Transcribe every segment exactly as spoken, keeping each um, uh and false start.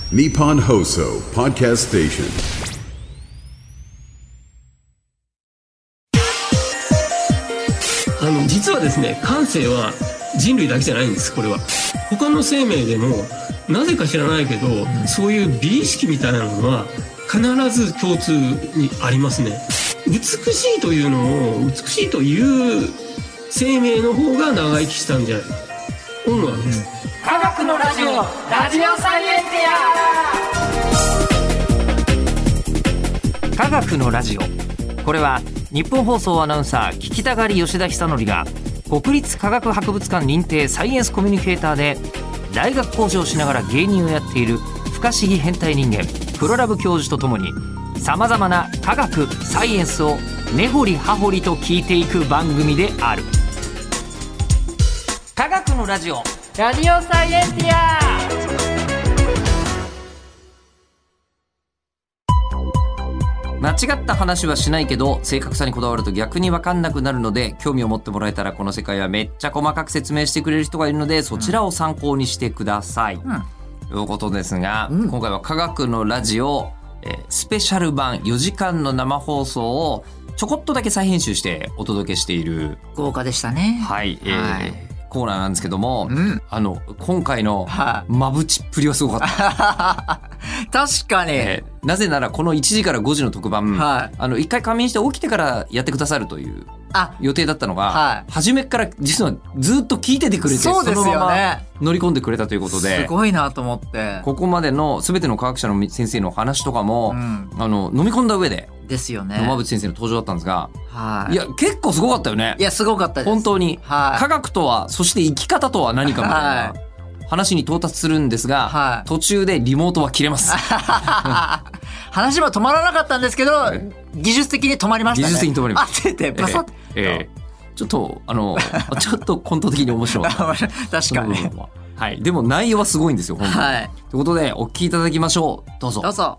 Nippon Hoso Podcast Station。 あの実はですね、感性は人類だけじゃないんです。これは他の生命でもなぜか知らないけど、うん、そういう美意識みたいなのは必ず共通にありますね。美しいというのを美しいという生命の方が長生きしたんじゃないかと思うわけです、 うん、科学のラジオ、ラジオサイエンティア。科学のラジオ、これは日本放送アナウンサー聞きたがり吉田久典が国立科学博物館認定サイエンスコミュニケーターで大学講師をしながら芸人をやっている不可思議変態人間プロラブ教授とともにさまざまな科学サイエンスを根掘り葉掘りと聞いていく番組である。科学のラジオ、ラジオサイエンティア。間違った話はしないけど正確さにこだわると逆に分かんなくなるので、興味を持ってもらえたらこの世界はめっちゃ細かく説明してくれる人がいるので、そちらを参考にしてください、うん、ということですが、うん、今回は科学のラジオ、えー、スペシャル版よじかんの生放送をちょこっとだけ再編集してお届けしている豪華でしたね。 はい、えーはいコーナーなんですけども、 うん、 あの今回のまぶちっぷりはすごかった。 確かに、 えー、なぜならこのいちじからごじの特番、はい、あのいっかい仮眠して起きてからやってくださるという予定だったのが、はい、初めから実はずっと聞いててくれて、 そうですよね、 そのまま乗り込んでくれたということで、 すごいなと思って、 ここまでの全ての科学者の先生の話とかも、うん、あの飲み込んだ上でですよね、 野間口先生の登場だったんですが、 はい、 いや結構すごかったよね。 いやすごかったです本当に、はい、科学とはそして生き方とは何かみたいな、はい、話に到達するんですが、はい、途中でリモートは切れます。 話は止まらなかったんですけど、はい、技術的に止まりましたね。 技術的に止まりました。 あっててバサッ、 えーえー、ちょっとあのちょっとコント的に面白かった。 確かに。 はい、でも内容はすごいんですよ本当に、はい、ということでお聞きいただきましょう。どうぞどうぞ。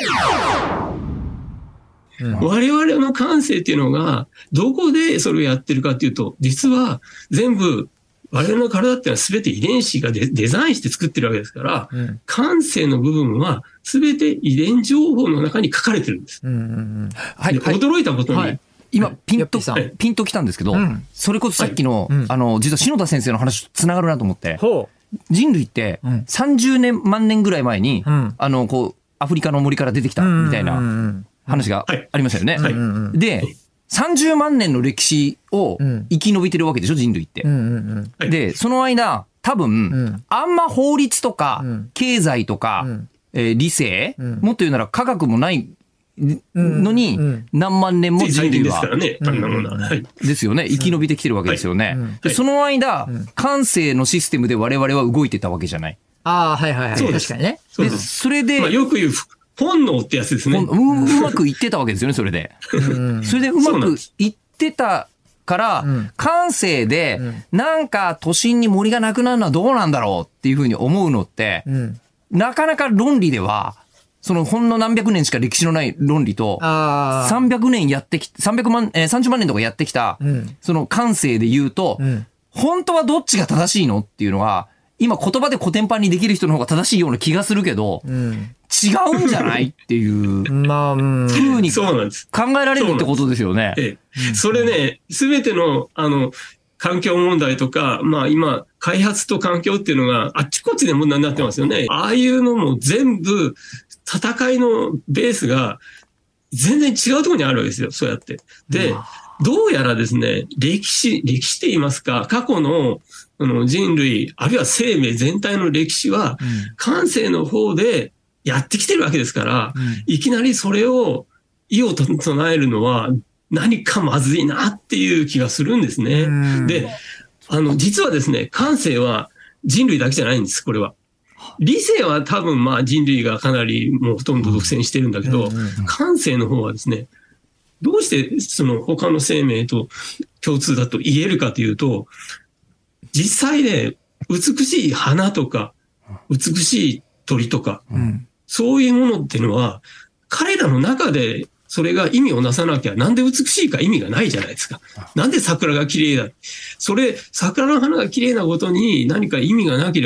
うん、我々の感性っていうのがどこでそれをやってるかっていうと、実は全部我々の体っていうのは全て遺伝子が デ, デザインして作ってるわけですから、うん、感性の部分は全て遺伝情報の中に書かれてるんです、うんうんうん、はい、驚いたことに、はい、 今ピンと、はい、ピンときたんですけど、うん、それこそさっきの、はい、あの実は篠田先生の話とつながるなと思って、うん、人類ってさんじゅうねんまん年ぐらい前に、うん、あのこうアフリカの森から出てきたみたいな、うんうんうん話がありましたよね、はいはい、でさんじゅうまん年の歴史を生き延びてるわけでしょ人類って、うんうんうん、でその間多分、うん、あんま法律とか、うん、経済とか、うんえー、理性、うん、もっと言うなら科学もないのに、うん、何万年も人類はですよね生き延びてきてるわけですよね、はい、でその間、うん、感性のシステムで我々は動いてたわけじゃない。 ああはいはいはい、確かにね。 でそれで、まあ、よく言う本能ってやつですね。う, うまくいってたわけですよね、それで。それでうまくいってたから、うん、感性で、うん、なんか都心に森がなくなるのはどうなんだろうっていうふうに思うのって、うん、なかなか論理では、そのほんの何百年しか歴史のない論理と、さんびゃくねんやってき、さんびゃくまん、えー、さんじゅうまん年とかやってきた、うん、その感性で言うと、うん、本当はどっちが正しいのっていうのは、今言葉でコテンパンにできる人の方が正しいような気がするけど、うん、違うんじゃないっていうまあ、うん、 ふうに考えられるってことですよね。 ええ、それね、すべてのあの環境問題とか、まあ今開発と環境っていうのがあっちこっちで問題になってますよね。ああいうのも全部戦いのベースが全然違うところにあるわけですよ。そうやって。で、うんどうやらですね、歴史、歴史って言いますか、過去の、あの人類、あるいは生命全体の歴史は、感性の方でやってきてるわけですから、うん、いきなりそれを異を唱えるのは何かまずいなっていう気がするんですね。うん、で、あの、実はですね、感性は人類だけじゃないんです、これは。理性は多分まあ人類がかなりもうほとんど独占してるんだけど、感性の方はですね、どうしてその他の生命と共通だと言えるかというと、実際ね、美しい花とか、美しい鳥とか、うん、そういうものっていうのは、彼らの中でそれが意味をなさなきゃ、なんで美しいか意味がないじゃないですか。なんで桜が綺麗だ。それ、桜の花が綺麗なことに何か意味がなければ、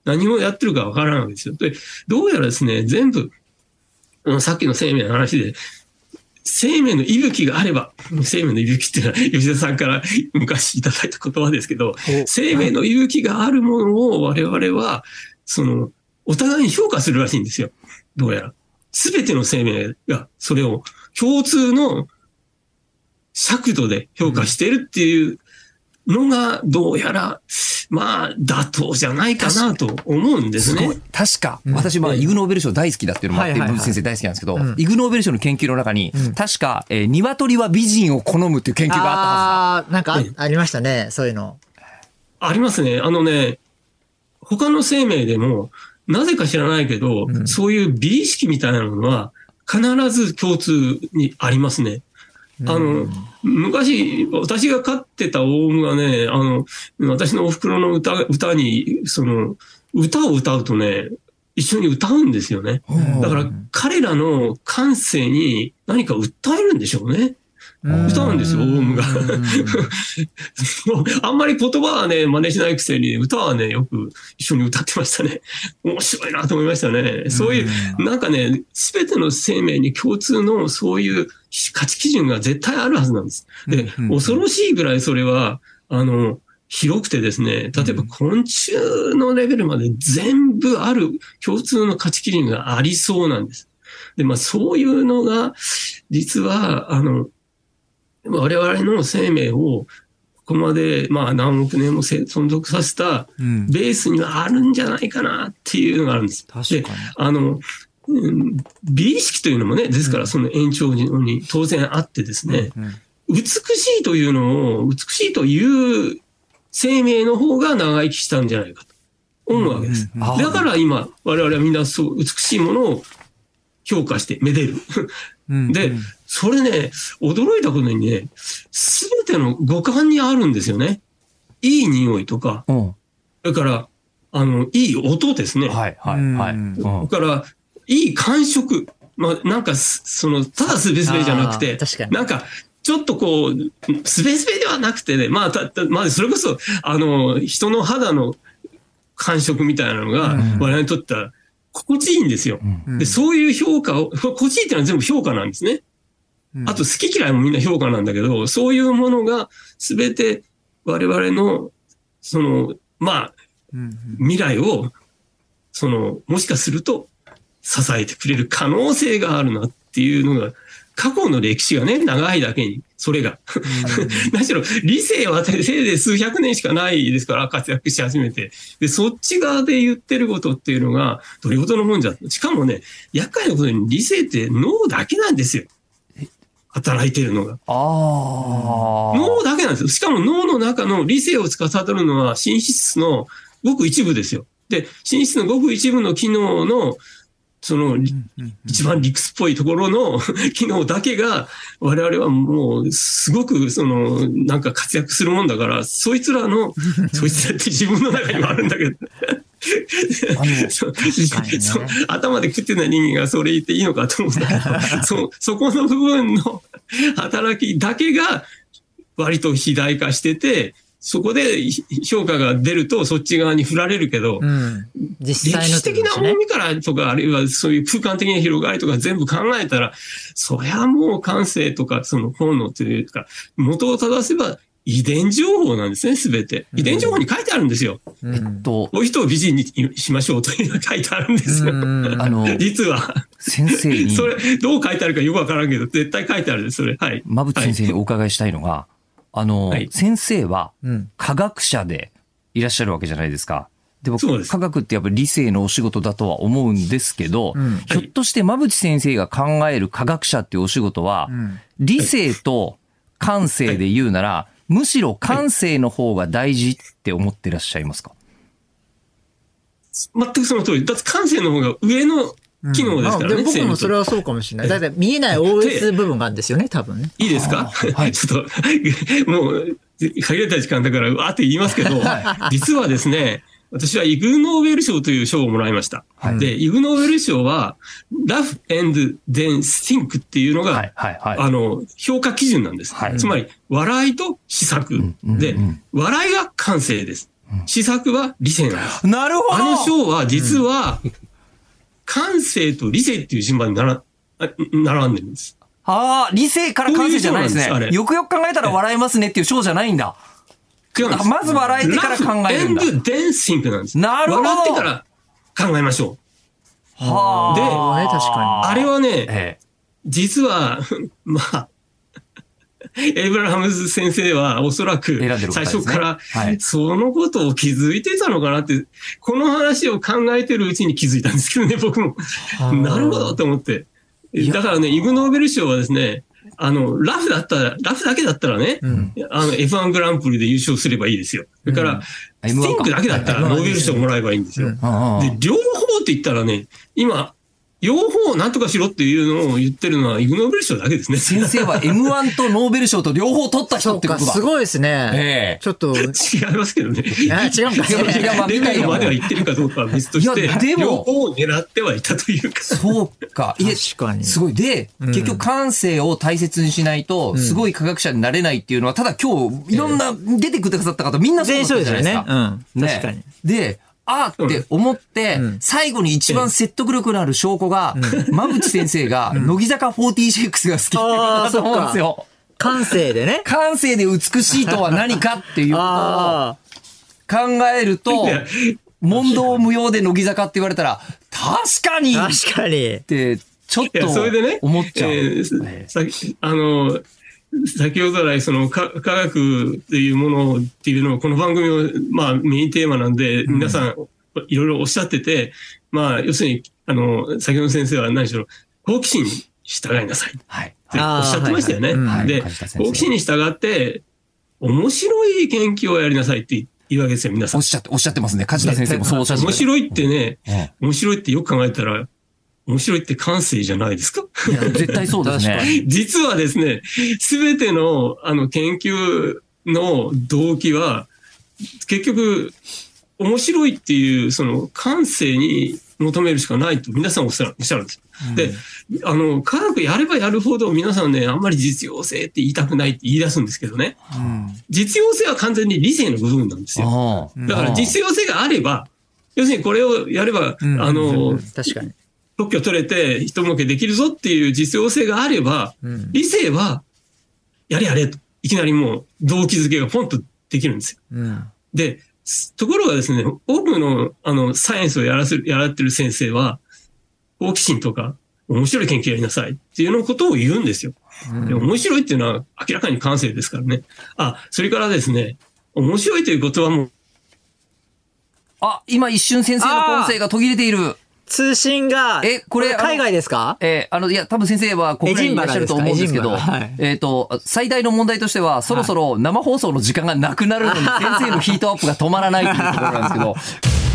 何をやってるかわからないわけですよ。で、どうやらですね、全部、さっきの生命の話で、生命の息吹があれば、生命の息吹っていうのは吉田さんから昔いただいた言葉ですけど、生命の息吹があるものを我々は、その、お互いに評価するらしいんですよ。どうやら。すべての生命がそれを共通の尺度で評価しているっていうのが、どうやら、まあ、妥当じゃないかなと思うんですね。すごい。 確か、うん、私、まあ、イグ・ノーベル賞大好きだっていうのもあって、野口先生大好きなんですけど、うん、イグ・ノーベル賞の研究の中に、うん、確か、えー、鶏は美人を好むっていう研究があったはずだ。 ああ、なんか あ,、ありましたね、そういうの。 ありますね。あのね、他の生命でも、なぜか知らないけど、うん、そういう美意識みたいなのは、必ず共通にありますね。あの、昔、私が飼ってたオウムがね、あの、私のお袋の歌、歌に、その、歌を歌うとね、一緒に歌うんですよね。だから、彼らの感性に何か訴えるんでしょうね。歌うんですよ、オウムが。あんまり言葉はね、真似しないくせに、歌はね、よく一緒に歌ってましたね。面白いなと思いましたね。そういう、なんかね、すべての生命に共通のそういう価値基準が絶対あるはずなんです。で、恐ろしいぐらいそれは、あの、広くてですね、例えば昆虫のレベルまで全部ある共通の価値基準がありそうなんです。で、まあそういうのが、実は、あの、我々の生命をここまでまあ何億年も存続させたベースにはあるんじゃないかなっていうのがあるんです。 確かに。 で、あの、美意識というのもね、ですからその延長に当然あってですね、うんうん、美しいというのを、美しいという生命の方が長生きしたんじゃないかと思うわけです。うんうん、だから今、我々はみんなそう美しいものを評価してめでる。で、それね、驚いたことにね、すべての五感にあるんですよね。いい匂いとか、うん、それから、あの、いい音ですね。はい、はい、はい。それから、いい感触。まあ、なんか、その、ただスベスベじゃなくて、なんか、ちょっとこう、スベスベではなくてね、まあ、た、たまあ、それこそ、あの、人の肌の感触みたいなのが、我々にとっては、心地いいんですよ。で、そういう評価を、心地いいっていうのは全部評価なんですね。あと、好き嫌いもみんな評価なんだけど、そういうものが全て我々の、その、まあ、未来を、その、もしかすると支えてくれる可能性があるなっていうのが、過去の歴史がね、長いだけに、それが。何しろ、理性はせいぜい数百年しかないですから、活躍し始めて。で、そっち側で言ってることっていうのが、どれほどのもんじゃ。しかもね、厄介なことに理性って脳だけなんですよ。働いてるのが。あ脳だけなんですよ。しかも脳の中の理性を司るのは、心室のごく一部ですよ。で、心室のごく一部の機能の、その、一番理屈っぽいところの機能だけが、我々はもう、すごく、その、なんか活躍するもんだから、そいつらの、そいつらって自分の中にもあるんだけど、そそ頭で食ってない人間がそれ言っていいのかと思うんだけど、そ、そこの部分の働きだけが、割と肥大化してて、そこで評価が出るとそっち側に振られるけど、うん、実際の、ね、歴史的な重みからとか、あるいはそういう空間的な広がりとか全部考えたら、そりゃもう感性とかその本能というか、元を正せば遺伝情報なんですね、すべて。遺伝情報に書いてあるんですよ。うん、えっと、こういう人を美人にしましょうというのが書いてあるんですよ。うん、あの、実は。 先生に。 それ、どう書いてあるかよくわからんけど、絶対書いてあるんです、それ。はい。 馬淵先生にお伺いしたいのが、はいあの、はい、先生は科学者でいらっしゃるわけじゃないですか。でも科学ってやっぱり理性のお仕事だとは思うんですけど、うん、ひょっとして馬淵先生が考える科学者っていうお仕事は、うん、理性と感性で言うなら、はい、むしろ感性の方が大事って思ってらっしゃいますか？ 全くその通り。だって感性の方が上の機能ですからね。うん、 僕もそれはそうかもしれない。だって見えない オーエス 部分があるんですよね、多分ね。 いいですか？はい。ちょっと、もう、限られた時間だから、わーって言いますけど、実はですね、私はイグ・ノーベル賞という賞をもらいました。はい、で、イグ・ノーベル賞は、Laugh and then Think っていうのが、はいはいはい、あの、評価基準なんです。はい、つまり、笑いと思索で、うんうんうん、笑いが感性です。 施策は理性なんです。 なるほど。 あの章は実は、感性と理性っていう順番になら、並んでるんです。 ああ、理性から感性じゃないですね。よくよく考えたら笑えますねっていう章じゃないんだ。まず笑えてから考えるんだ。 ラフ、エンド、デンシンクなんです。 なるほど。 笑ってから考えましょう。 はあ。 で、 ね、確かに。あれはね、 ええ、 実は、まあ、エイブラハムズ先生はおそらく最初からそのことを気づいてたのかなって、この話を考えてるうちに気づいたんですけどね、僕も。なるほどと思って。だからね、イグ・ノーベル賞はですね、あの、ラフだったら、ラフだけだったらね、うん、あの エフワン グランプリで優勝すればいいですよ。それから、スティンクだけだったらノーベル賞もらえばいいんですよ。で、両方って言ったらね、今、両方なんとかしろっていうのを言ってるのはイグノーベル賞だけですね。 先生は エムワン とノーベル賞と両方取った人ってことだ。 すごいですね。ええ。ちょっと。違いますけどね。 違うんか。 そのレベルまでは言ってるかどうかは別として、でも両方を狙ってはいたというか。 そうか。いや、確かに。すごい。で、うん、結局感性を大切にしないと、すごい科学者になれないっていうのは、ただ今日、いろんな出てくださった方みんなそうだったじゃないですか。 うん。確かに。 で、あーって思って、うん、最後に一番説得力のある証拠が、うん、馬淵先生が、乃木坂フォーティーシックスが好きってことだと思うんですよ。 感性でね。 感性で美しいとは何かっていうことを考えると、問答無用で乃木坂って言われたら、確かに確かにって、ちょっと思っちゃう。 いや、それでね、えー、さあの、先ほど来、その科学っていうものっていうのも、この番組の、まあ、メインテーマなんで、皆さん、いろいろおっしゃってて、まあ、要するに、あの、先ほどの先生は何しろ、好奇心に従いなさい。はい。っておっしゃってましたよね。はい、で、好奇心に従って、面白い研究をやりなさいって言うわけですよ、皆さん。 おっしゃって、おっしゃってますね。梶田先生もそうおっしゃってます。 面白いってね、面白いってよく考えたら、面白いって感性じゃないですか？ いや、絶対そうですね。 実はですね、すべての、あの、研究の動機は、結局、面白いっていう、その、感性に求めるしかないと皆さんおっしゃるんです。うん、で、あの、科学やればやるほど皆さんね、あんまり実用性って言いたくないって言い出すんですけどね。うん、実用性は完全に理性の部分なんですよ。だから実用性があれば、要するにこれをやれば、うん、あの、うん、 確かに。 特許取れて人儲けできるぞっていう実用性があれば、うん、理性は、やれやれと、いきなりもう動機づけがポンとできるんですよ。うん、で、ところがですね、多くの、あの、サイエンスをやらせる、やられてる先生は、好奇心とか、面白い研究やりなさいっていうのことを言うんですよ。うん、で面白いっていうのは明らかに感性ですからね。あ、それからですね、面白いという言葉も。 あ、今一瞬先生の音声が途切れている。 通信が、え、これ、海外ですか？ えー、あの、いや、多分先生は国内にいらっしゃると思うんですけど、はい、えっと、最大の問題としては、そろそろ生放送の時間がなくなるのに、先生のヒートアップが止まらないというところなんですけど、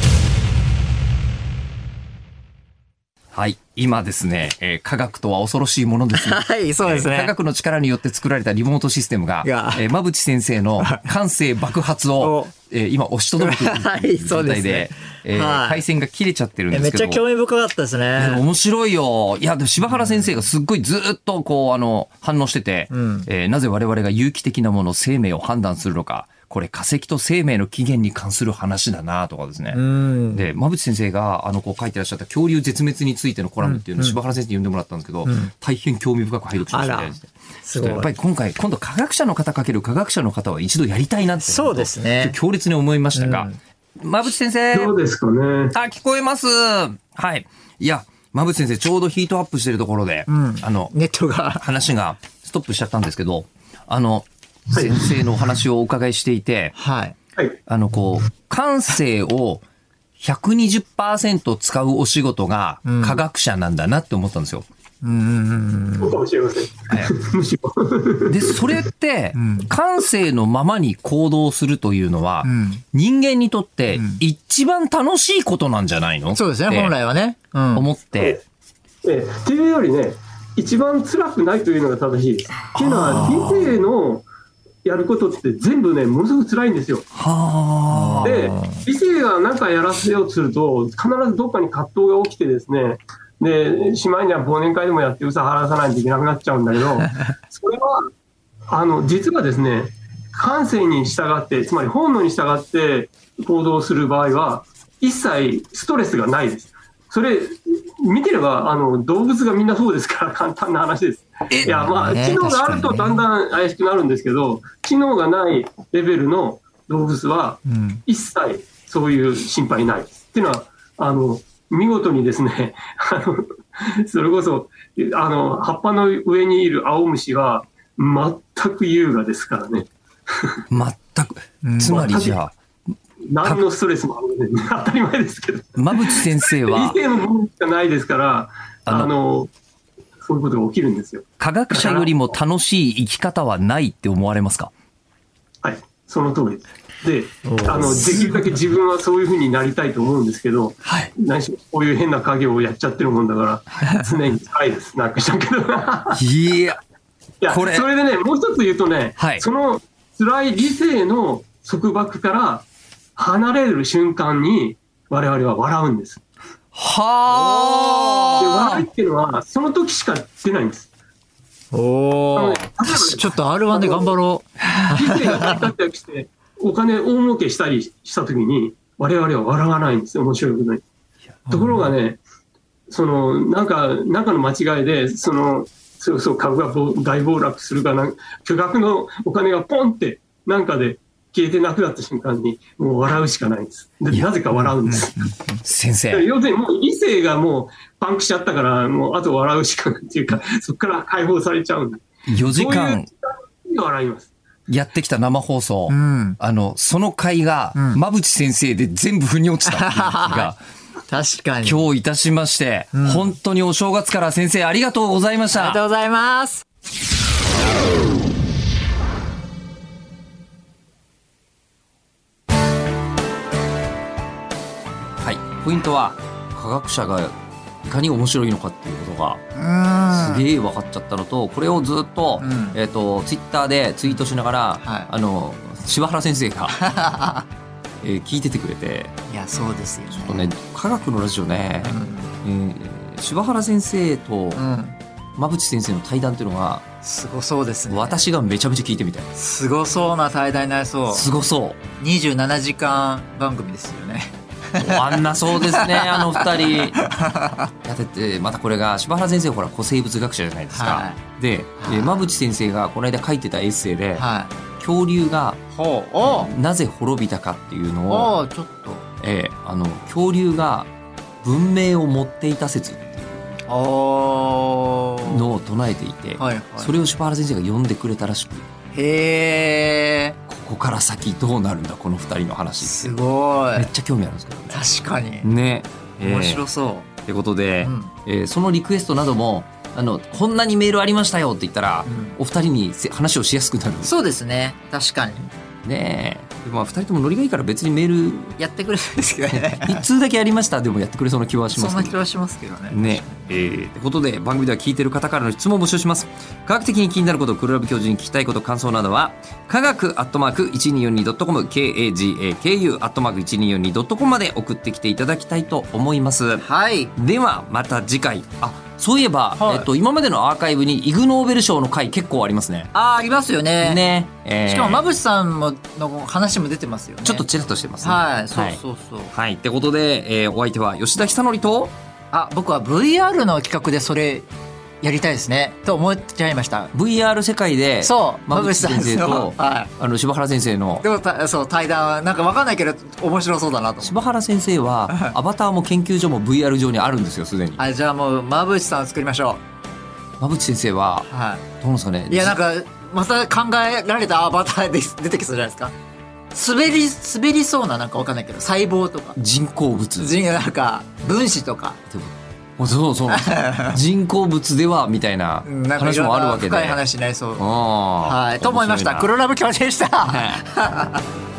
はい。今ですね、えー、科学とは恐ろしいものですね。 はい、そうですね、 えー。科学の力によって作られたリモートシステムが、えー、馬淵先生の感性爆発を、えー、今押し届けている状態で、はい、えーはい、回線が切れちゃってるんですけど。 めっちゃ興味深かったですね。 面白いよ。いや、でも柴原先生がすっごいずっとこう、あの、反応してて、うん、えー、なぜ我々が有機的なもの、生命を判断するのか。これ化石と生命の起源に関する話だなとかですね。で、馬淵先生があのこう書いてらっしゃった恐竜絶滅についてのコラムっていうのを柴原先生に読んでもらったんですけど、うん、大変興味深く拝読しましたね。すごい。やっぱり今回、今度科学者の方かける科学者の方は一度やりたいなって。 そうですね。 強烈に思いましたが。うん、馬淵先生。 どうですかね。 あ、聞こえます。はい。いや、馬淵先生ちょうどヒートアップしてるところで、うん、あの、 ネットが。 話がストップしちゃったんですけど、あの、先生のお話をお伺いしていて、はい。あの、こう、感性を ひゃくにじゅっパーセント 使うお仕事が科学者なんだなって思ったんですよ。 うん。そうかもしれません。むしろ。で、それって、感性のままに行動するというのは、うん、人間にとって一番楽しいことなんじゃないの？ そうですね、本来はね。 うん、思って。 ええ、っていうよりね、一番辛くないというのが正しいです。っていうのは、理性のやることって全部ね、ものすごく辛いんですよ。はで、理性が何かやらせようとすると、必ずどっかに葛藤が起きてですね、で、しまいには忘年会でもやってうさ払わさないといけなくなっちゃうんだけど、それは、あの、実はですね、 感性に従って、つまり本能に従って行動する場合は、一切ストレスがないです。それ、見てれば、あの、動物がみんなそうですから簡単な話です。いや、まあ、知能があるとだんだん怪しくなるんですけど、知能がないレベルの動物は、一切そういう心配ないです。っていうのは、あの、見事にですね、あの、それこそ、あの、葉っぱの上にいる青虫は、全く優雅ですからね。 全く。つまりじゃあ、 何のストレスもあるので、当たり前ですけど。 馬淵先生は。 異性のものしかないですから、あの、あのそういうことが起きるんですよ。 科学者よりも楽しい生き方はないって思われますか？ はい、その通りです。で、あの、できるだけ自分はそういうふうになりたいと思うんですけど、はい、何しろこういう変な影をやっちゃってるもんだから、常に辛いです。なんかしたけど。 いや、 いや、これそれでね、もう一つ言うとね、はい、その辛い理性の束縛から離れる瞬間に我々は笑うんです。 はあ。 で、笑いっていうのはその時しか出ないんです。 おー。ちょっと アールワン で頑張ろう。 理性が成り立ったりして、お金大儲けしたりした時に我々は笑わないんですよ。面白いことに。ところがね、その、なんか、なんかの間違いで、その、そうそう、株が大暴落するかな、巨額のお金がポンってなんかで消えてなくなった瞬間に、もう笑うしかないんです。で、なぜか笑うんです。 先生。 要するにもう理性がもうパンクしちゃったから、もうあと笑うしかないっていうか、そこから解放されちゃうんで。 よじかん。 笑います。 やってきた生放送。うん、あの、その回が、馬淵先生で全部腑に落ちたっていう気が。 確かに。 今日いたしまして、うん、本当にお正月から先生ありがとうございました。 ありがとうございます。 はい。ポイントは、科学者がいかに面白いのかっていうことが、すげえ分かっちゃったのと、これをずっと、うん、えっと、ツイッターでツイートしながら、はい、あの、柴原先生が、えー、聞いててくれて、 いやそうですよね。 ちょっとね科学のラジオね、うんえー、柴原先生と馬淵先生の対談っていうのがすごそうですね。 私がめちゃめちゃ聞いてみたい。 すごそうな対談になりそう。 すごそう。 にじゅうななじかん番組ですよね。 終わんなそうですねあの二人。やっててまたこれが柴原先生はほら古生物学者じゃないですか。はい、で、はい、馬淵先生がこの間書いてたエッセイで。はい恐竜がなぜ滅びたかっていうのをちょっと、えー、あの恐竜が文明を持っていた説っていうのを唱えていて、はいはい、それを柴原先生が読んでくれたらしくへーここから先どうなるんだこのふたりの話ってすごいめっちゃ興味あるんですけどね。 確かにね、 えー、面白そうってことで、うんえー、そのリクエストなどもあのこんなにメールありましたよって言ったら、うん、お二人に話をしやすくなる。 そうですね確かにねえでもふたりともノリがいいから別にメールやってくれるんですけどね一通だけやりましたでもやってくれそうな気はしますけどそんな気はしますけどねねえー、ってことで番組では聞いてる方からの質問を募集します。科学的に気になること黒ラブ教授に聞きたいこと感想などは科学アットマーク いちにーよんにードットコム カグ アットマーク いちにーよんにードットコム まで送ってきていただきたいと思います。 はいではまた次回あそういえば、はいえっと、今までのアーカイブにイグ・ノーベル賞の回結構ありますね。 あありますよね。 ね、えー、 しかも馬淵さんもの話も出てますよね。 ちょっとちらっとしてますね。 はい、そうそうそう。 はい、はい、ってことで、えー、お相手は吉田久典とあ僕は ブイアール の企画でそれやりたいですねと思っちゃいました。 ブイアール 世界でそう馬淵先生と、はい、あの柴原先生のでもたそう対談はなんか分かんないけど面白そうだなと。 柴原先生はアバターも研究所も ブイアール 上にあるんですよすでに。 あじゃあもう馬淵さん作りましょう。馬淵先生は、はい、どうなんですかね。 いやなんかまた考えられたアバターで出てきそうじゃないですか。滑り滑りそうななんか分かんないけど細胞とか人工物人なんか分子とかそうそう人工物ではみたいな話もあるわけで深い話になりそう。はいと思いました。黒ラブ教授でした